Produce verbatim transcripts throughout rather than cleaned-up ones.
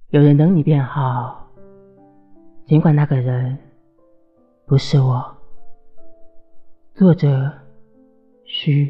有人等你便好，尽管那个人不是我。作者虚。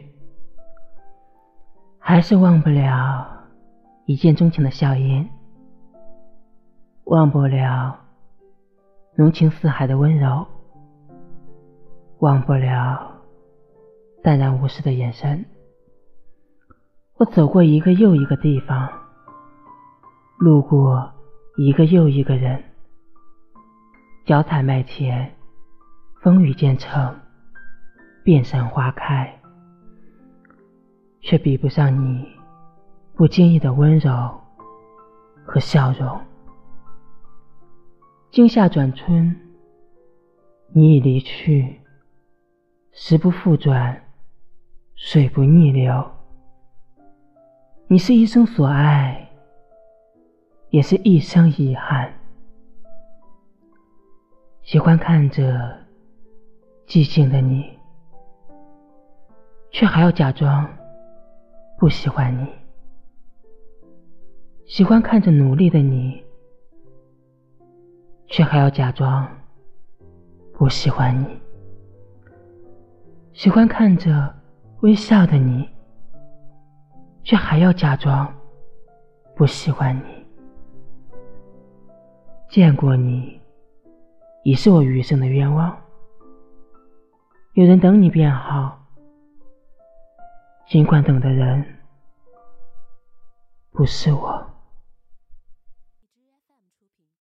还是忘不了一见钟情的笑颜，忘不了浓情似海的温柔，忘不了淡然无视的眼神。我走过一个又一个地方，路过一个又一个人，脚踩麦田，风雨兼程，遍山花开，却比不上你不经意的温柔和笑容。惊夏转春，你已离去，时不复转，水不逆流。你是一生所爱，也是一生遗憾。喜欢看着寂静的你，却还要假装不喜欢你。喜欢看着努力的你，却还要假装不喜欢你。喜欢看着微笑的你，却还要假装不喜欢你。见过你已是我余生的愿望，有人等你便好，尽管等的人不是我。